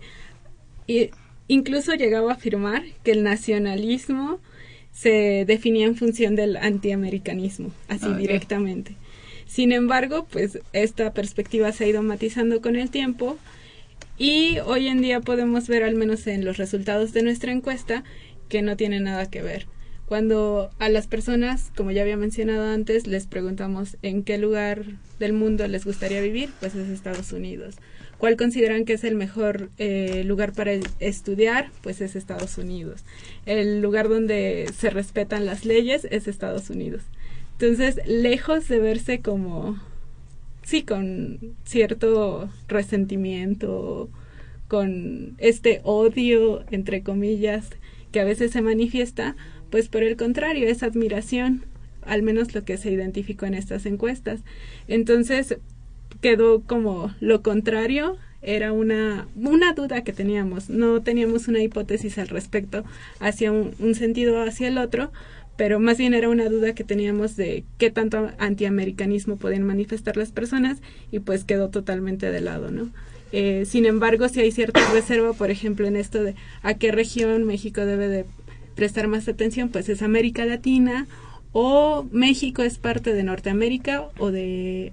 incluso llegaba a afirmar que el nacionalismo se definía en función del antiamericanismo, así directamente. Sin embargo, pues esta perspectiva se ha ido matizando con el tiempo. Y hoy en día podemos ver, al menos en los resultados de nuestra encuesta, que no tiene nada que ver. Cuando a las personas, como ya había mencionado antes, les preguntamos en qué lugar del mundo les gustaría vivir, pues es Estados Unidos. ¿Cuál consideran que es el mejor lugar para estudiar? Pues es Estados Unidos. El lugar donde se respetan las leyes es Estados Unidos. Entonces, lejos de verse como... sí, con cierto resentimiento, con este odio, entre comillas, que a veces se manifiesta, pues por el contrario, es admiración, al menos lo que se identificó en estas encuestas. Entonces, quedó como lo contrario, era una duda que teníamos, no teníamos una hipótesis al respecto hacia un sentido o hacia el otro, pero más bien era una duda que teníamos de qué tanto antiamericanismo podían manifestar las personas y pues quedó totalmente de lado, ¿no? Sin embargo, sí hay cierta reserva, por ejemplo, en esto de a qué región México debe de prestar más atención, pues es América Latina o México es parte de Norteamérica o de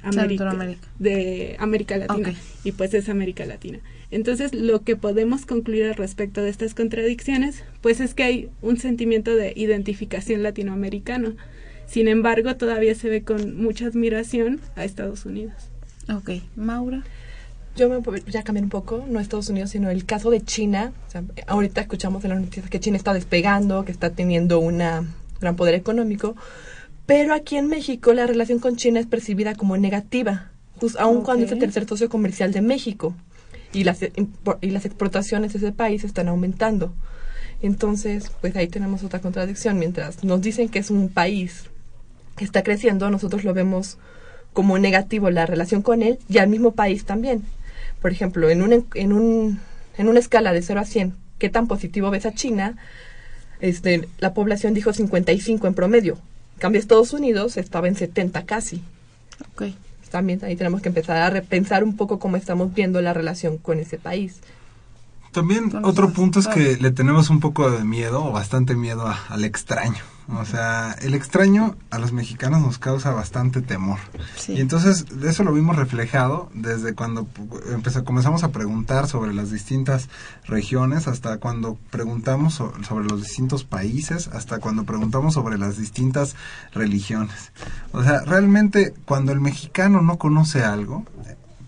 América Latina, okay. Y pues es América Latina. Entonces, lo que podemos concluir al respecto de estas contradicciones, pues es que hay un sentimiento de identificación latinoamericano. Sin embargo, todavía se ve con mucha admiración a Estados Unidos. Ok, Maura. Yo me voy a cambiar un poco, no Estados Unidos, sino el caso de China. O sea, ahorita escuchamos en las noticias que China está despegando, que está teniendo un gran poder económico, pero aquí en México la relación con China es percibida como negativa, aun cuando es el tercer socio comercial de México. Y las exportaciones de ese país están aumentando. Entonces, pues ahí tenemos otra contradicción. Mientras nos dicen que es un país que está creciendo, nosotros lo vemos como negativo la relación con él y al mismo país también. Por ejemplo, en una escala de 0 a 100, ¿qué tan positivo ves a China? La población dijo 55 en promedio. En cambio, Estados Unidos estaba en 70 casi. Okay. También ahí tenemos que empezar a repensar un poco cómo estamos viendo la relación con ese país. También otro punto es que le tenemos un poco de miedo, o bastante miedo al extraño. O sea, el extraño a los mexicanos nos causa bastante temor. Sí. Y entonces eso lo vimos reflejado desde cuando comenzamos a preguntar sobre las distintas regiones, hasta cuando preguntamos sobre los distintos países, hasta cuando preguntamos sobre las distintas religiones. O sea, realmente cuando el mexicano no conoce algo,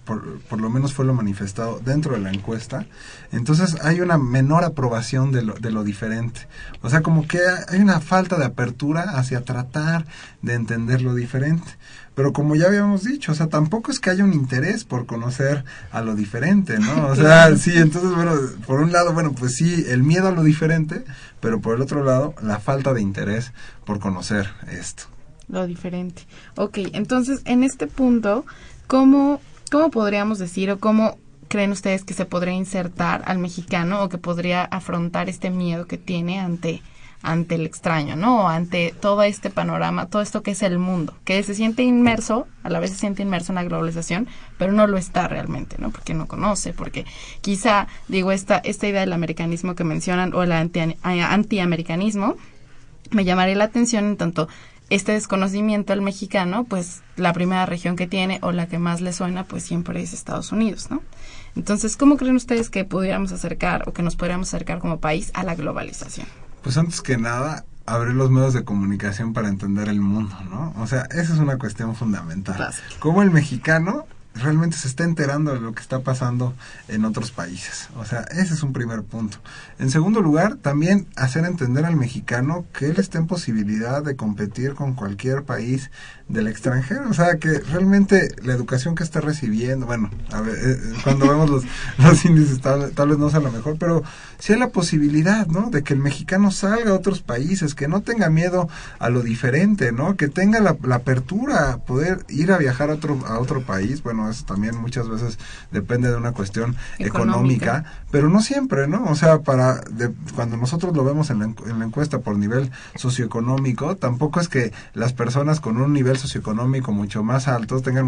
por lo menos fue lo manifestado dentro de la encuesta, entonces hay una menor aprobación de lo diferente. O sea, como que hay una falta de apertura hacia tratar de entender lo diferente. Pero como ya habíamos dicho, o sea, tampoco es que haya un interés por conocer a lo diferente, ¿no? O sea, sí, entonces, bueno, por un lado, bueno, pues sí, el miedo a lo diferente, pero por el otro lado, la falta de interés por conocer esto. Lo diferente. Ok, entonces, en este punto, ¿cómo podríamos decir o cómo creen ustedes que se podría insertar al mexicano o que podría afrontar este miedo que tiene ante el extraño, ¿no? Ante todo este panorama, todo esto que es el mundo, que se siente inmerso, a la vez se siente inmerso en la globalización, pero no lo está realmente, ¿no? Porque no conoce, porque quizá, digo, esta idea del americanismo que mencionan, o el antiamericanismo, me llamaría la atención en tanto este desconocimiento al mexicano, pues la primera región que tiene o la que más le suena, pues siempre es Estados Unidos, ¿no? Entonces, ¿cómo creen ustedes que pudiéramos acercar o que nos podríamos acercar como país a la globalización? Pues antes que nada, abrir los medios de comunicación para entender el mundo, ¿no? O sea, esa es una cuestión fundamental. Fácil. Cómo el mexicano realmente se está enterando de lo que está pasando en otros países. O sea, ese es un primer punto. En segundo lugar, también hacer entender al mexicano que él está en posibilidad de competir con cualquier país del extranjero. O sea, que realmente la educación que está recibiendo, bueno, a ver, cuando vemos los índices tal vez no sea lo mejor, pero sí hay la posibilidad, ¿no? De que el mexicano salga a otros países, que no tenga miedo a lo diferente, ¿no? Que tenga la apertura a poder ir a viajar a otro país. Bueno, eso también muchas veces depende de una cuestión económica, pero no siempre, ¿no? O sea, cuando nosotros lo vemos en la encuesta por nivel socioeconómico, tampoco es que las personas con un nivel socioeconómico mucho más alto tengan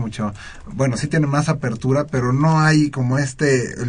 sí tienen más apertura, pero no hay como el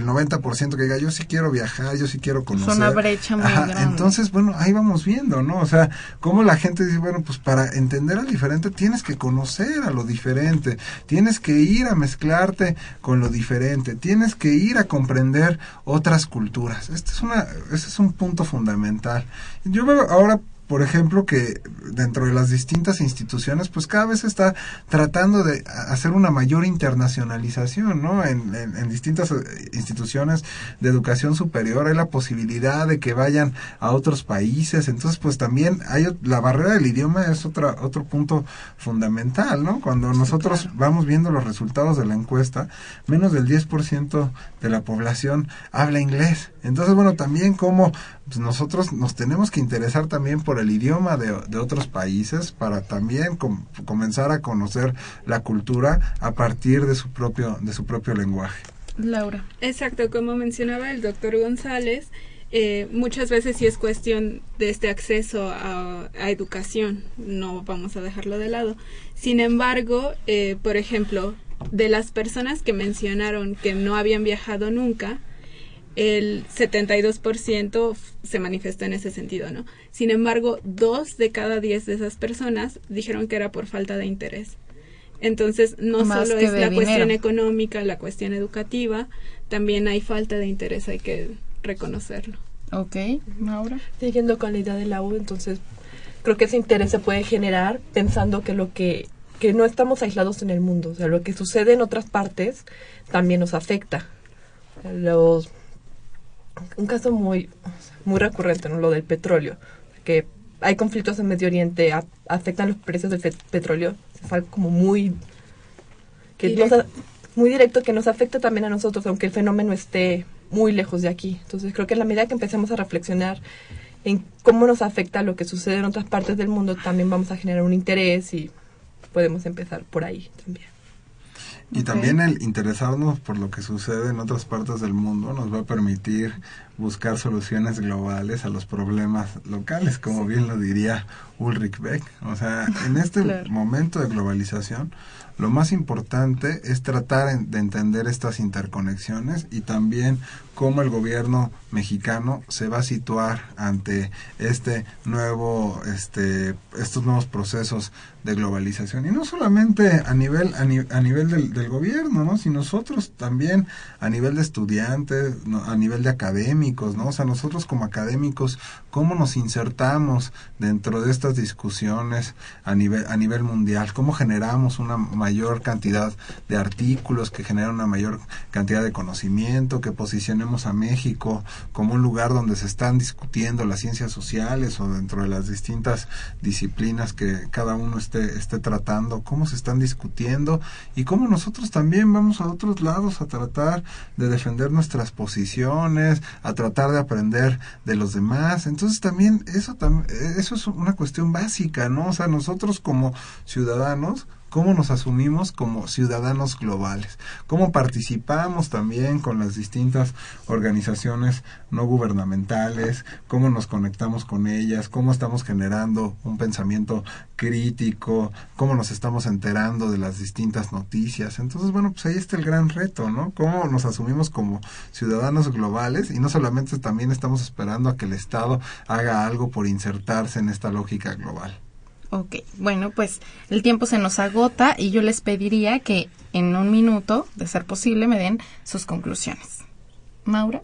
90% que diga, yo sí quiero viajar, yo sí quiero conocer. Es una brecha muy grande. Entonces, bueno, ahí vamos viendo, ¿no? O sea, cómo la gente dice, bueno, pues para entender al diferente tienes que conocer a lo diferente, tienes que ir a mezclarte con lo diferente, tienes que ir a comprender otras culturas. Este es un punto fundamental. Yo veo ahora, por ejemplo, que dentro de las distintas instituciones, pues cada vez se está tratando de hacer una mayor internacionalización, ¿no? En distintas instituciones de educación superior hay la posibilidad de que vayan a otros países. Entonces, pues también la barrera del idioma es otro punto fundamental, ¿no? Cuando nosotros vamos viendo los resultados de la encuesta, menos del 10% de la población habla inglés. Entonces, bueno, también como pues nosotros nos tenemos que interesar también por el idioma de otros países para también comenzar a conocer la cultura a partir de su propio lenguaje. Laura. Exacto, como mencionaba el doctor González, muchas veces sí es cuestión de este acceso a educación, no vamos a dejarlo de lado. Sin embargo, por ejemplo, de las personas que mencionaron que no habían viajado nunca, el 72% se manifestó en ese sentido, ¿no? Sin embargo, 2 de cada 10 de esas personas dijeron que era por falta de interés. Entonces, no solo es la cuestión económica, la cuestión educativa, también hay falta de interés, hay que reconocerlo. Ok, Maura. Siguiendo con la idea de la U, entonces, creo que ese interés se puede generar pensando que no estamos aislados en el mundo, o sea, lo que sucede en otras partes también nos afecta. Un caso muy recurrente, ¿no? Lo del petróleo, que hay conflictos en Medio Oriente, afectan los precios del petróleo, es algo como muy directo que nos afecta también a nosotros, aunque el fenómeno esté muy lejos de aquí. Entonces creo que en la medida que empecemos a reflexionar en cómo nos afecta lo que sucede en otras partes del mundo, también vamos a generar un interés y podemos empezar por ahí también. Y también el interesarnos por lo que sucede en otras partes del mundo nos va a permitir buscar soluciones globales a los problemas locales, como bien lo diría Ulrich Beck. O sea, en este momento de globalización, lo más importante es tratar de entender estas interconexiones y también cómo el gobierno mexicano se va a situar ante estos nuevos procesos de globalización. Y no solamente a nivel del gobierno, ¿no? Sino nosotros también a nivel de estudiantes, ¿no? A nivel de académicos, ¿no? O sea, nosotros como académicos, cómo nos insertamos dentro de estas discusiones a nivel mundial, cómo generamos una mayor mayor cantidad de artículos, que generen una mayor cantidad de conocimiento, que posicionemos a México como un lugar donde se están discutiendo las ciencias sociales o dentro de las distintas disciplinas que cada uno esté tratando, cómo se están discutiendo y cómo nosotros también vamos a otros lados a tratar de defender nuestras posiciones, a tratar de aprender de los demás. Entonces también eso es una cuestión básica, ¿no? O sea, nosotros como ciudadanos, cómo nos asumimos como ciudadanos globales, cómo participamos también con las distintas organizaciones no gubernamentales, cómo nos conectamos con ellas, cómo estamos generando un pensamiento crítico, cómo nos estamos enterando de las distintas noticias. Entonces, bueno, pues ahí está el gran reto, ¿no? Cómo nos asumimos como ciudadanos globales y no solamente también estamos esperando a que el Estado haga algo por insertarse en esta lógica global. Ok, bueno, pues el tiempo se nos agota y yo les pediría que en un minuto, de ser posible, me den sus conclusiones. ¿Maura?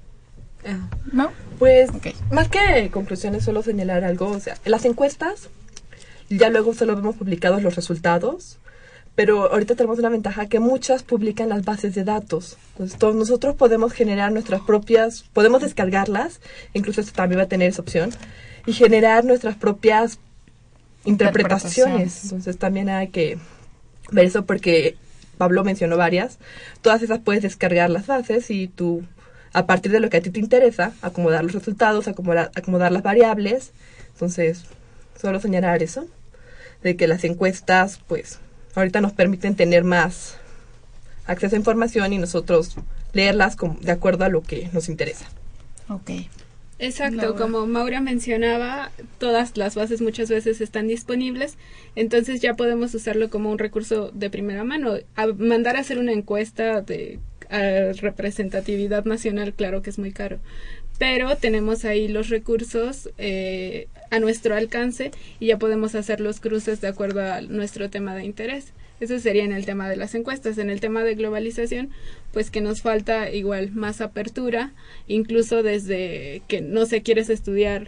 ¿No? Pues, más que conclusiones, solo señalar algo. O sea, las encuestas, ya luego solo vemos publicados los resultados, pero ahorita tenemos una ventaja que muchas publican las bases de datos. Entonces, todos nosotros podemos generar nuestras propias, podemos descargarlas, incluso esto también va a tener esa opción, y generar nuestras propias interpretaciones. Entonces también hay que ver eso porque Pablo mencionó varias. Todas esas puedes descargar las bases y tú, a partir de lo que a ti te interesa, acomodar los resultados, acomodar las variables. Entonces, solo señalar eso, de que las encuestas, pues, ahorita nos permiten tener más acceso a información y nosotros leerlas de acuerdo a lo que nos interesa. Ok. Exacto, como Maura mencionaba, todas las bases muchas veces están disponibles, entonces ya podemos usarlo como un recurso de primera mano. Mandar a hacer una encuesta de representatividad nacional, claro que es muy caro, pero tenemos ahí los recursos a nuestro alcance y ya podemos hacer los cruces de acuerdo a nuestro tema de interés. Eso sería en el tema de las encuestas. En el tema de globalización, pues que nos falta igual más apertura, incluso desde que no se quieres estudiar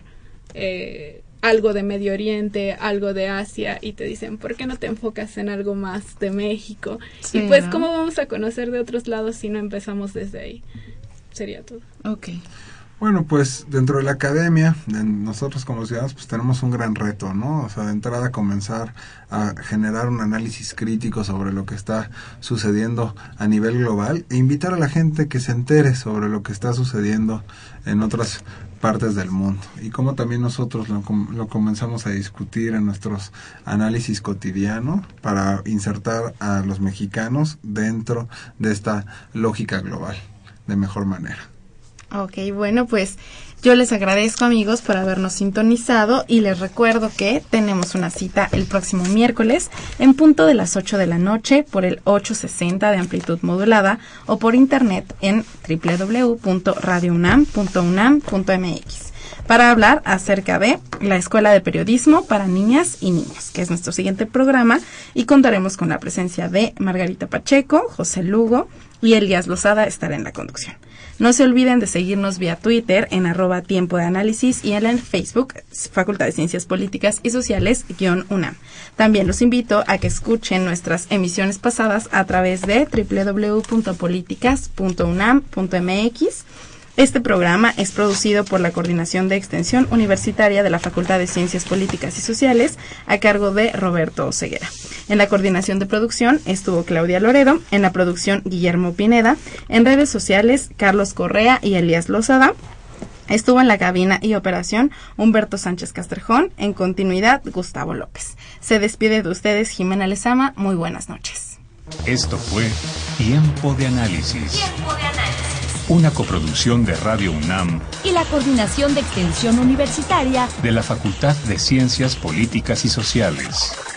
algo de Medio Oriente, algo de Asia, y te dicen, ¿por qué no te enfocas en algo más de México? Sí, y pues, ¿no? ¿Cómo vamos a conocer de otros lados si no empezamos desde ahí? Sería todo. Ok. Bueno, pues dentro de la academia, nosotros como ciudadanos pues tenemos un gran reto, ¿no? O sea, de entrada comenzar a generar un análisis crítico sobre lo que está sucediendo a nivel global e invitar a la gente que se entere sobre lo que está sucediendo en otras partes del mundo y cómo también nosotros lo comenzamos a discutir en nuestros análisis cotidianos para insertar a los mexicanos dentro de esta lógica global de mejor manera. Ok, bueno, pues yo les agradezco, amigos, por habernos sintonizado y les recuerdo que tenemos una cita el próximo miércoles en punto de las 8 de la noche por el 860 de amplitud modulada o por internet en www.radiounam.unam.mx para hablar acerca de la Escuela de Periodismo para Niñas y Niños, que es nuestro siguiente programa, y contaremos con la presencia de Margarita Pacheco, José Lugo y Elías Lozada estará en la conducción. No se olviden de seguirnos vía Twitter en @tiempo de análisis y en el Facebook Facultad de Ciencias Políticas y Sociales _UNAM. También los invito a que escuchen nuestras emisiones pasadas a través de www.politicas.unam.mx. Este programa es producido por la Coordinación de Extensión Universitaria de la Facultad de Ciencias Políticas y Sociales a cargo de Roberto Oseguera. En la coordinación de producción estuvo Claudia Loredo, en la producción Guillermo Pineda, en redes sociales Carlos Correa y Elías Lozada. Estuvo en la cabina y operación Humberto Sánchez Castrejón, en continuidad Gustavo López. Se despide de ustedes Jimena Lezama, muy buenas noches. Esto fue Tiempo de Análisis. Tiempo de Análisis. Una coproducción de Radio UNAM y la Coordinación de Extensión Universitaria de la Facultad de Ciencias Políticas y Sociales.